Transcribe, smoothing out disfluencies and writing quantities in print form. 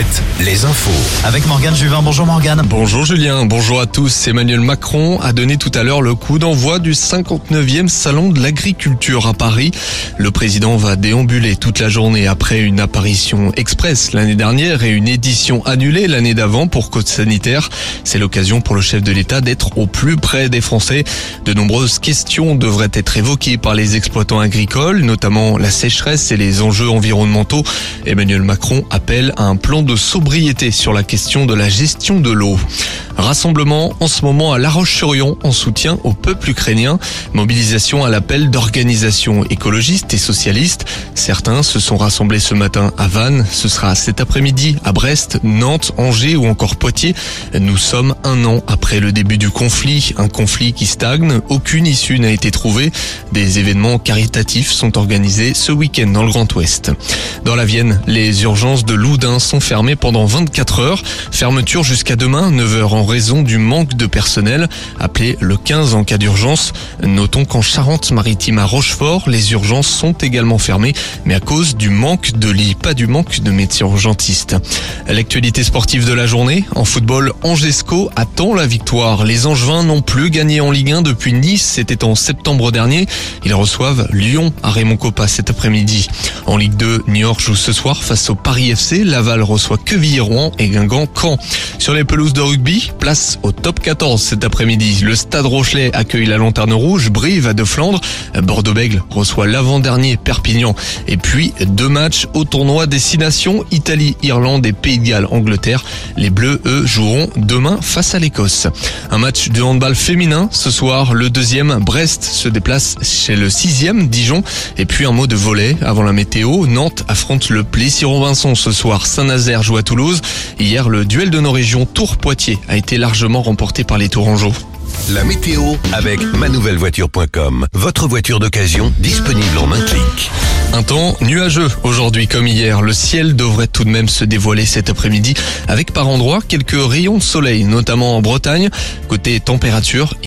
Planète, les infos. Avec Morgane Juvin. Bonjour Morgane. Bonjour Julien, bonjour à tous. Emmanuel Macron a donné tout à l'heure le coup d'envoi du 59e Salon de l'Agriculture à Paris. Le président va déambuler toute la journée après une apparition express l'année dernière et une édition annulée l'année d'avant pour cause sanitaire. C'est l'occasion pour le chef de l'État d'être au plus près des Français. De nombreuses questions devraient être évoquées par les exploitants agricoles, notamment la sécheresse et les enjeux environnementaux. Emmanuel Macron appelle à un plan de sobriété sur la question de la gestion de l'eau. Rassemblement en ce moment à La Roche-sur-Yon en soutien au peuple ukrainien. Mobilisation à l'appel d'organisations écologistes et socialistes. Certains se sont rassemblés ce matin à Vannes. Ce sera cet après-midi à Brest, Nantes, Angers ou encore Poitiers. Nous sommes un an après le début du conflit. Un conflit qui stagne. Aucune issue n'a été trouvée. Des événements caritatifs sont organisés ce week-end dans le Grand Ouest. Dans la Vienne, les urgences de Loudun sont fermées pendant 24 heures. Fermeture jusqu'à demain, 9h en raison du manque de personnel. Appelez le 15 en cas d'urgence. Notons qu'en Charente-Maritime à Rochefort, les urgences sont également fermées, mais à cause du manque de lits, pas du manque de médecins urgentistes. L'actualité sportive de la journée, en football, Angesco attend la victoire. Les Angevins n'ont plus gagné en Ligue 1 depuis Nice, c'était en septembre dernier. Ils reçoivent Lyon à Raymond Kopa cet après-midi. En Ligue 2, Niort joue ce soir face au Paris FC. Laval reçoit Quevilly-Rouen et Guingamp Caen. Sur les pelouses de rugby, place au top 14 cet après-midi. Le Stade Rochelais accueille la Lanterne Rouge, Brive à De Flandre. Bordeaux-Bègles reçoit l'avant-dernier Perpignan. Et puis, 2 matchs au tournoi Destination, Italie, Irlande et Pays de Galles, Angleterre. Les Bleus, eux, joueront demain face à l'Écosse. Un match de handball féminin. Ce soir, le 2e, Brest se déplace chez le 6e, Dijon. Et puis un mot de volley avant la météo. Nantes affronte le Plessis-Robinson ce soir. Saint-Nazaire joue à Toulouse. Hier, le duel de nos régions Tours-Poitiers a été largement remporté par les Tourangeaux. La météo avec manouvellevoiture.com. Votre voiture d'occasion disponible en un clic. Un temps nuageux aujourd'hui comme hier. Le ciel devrait tout de même se dévoiler cet après-midi avec par endroits quelques rayons de soleil, notamment en Bretagne. Côté température,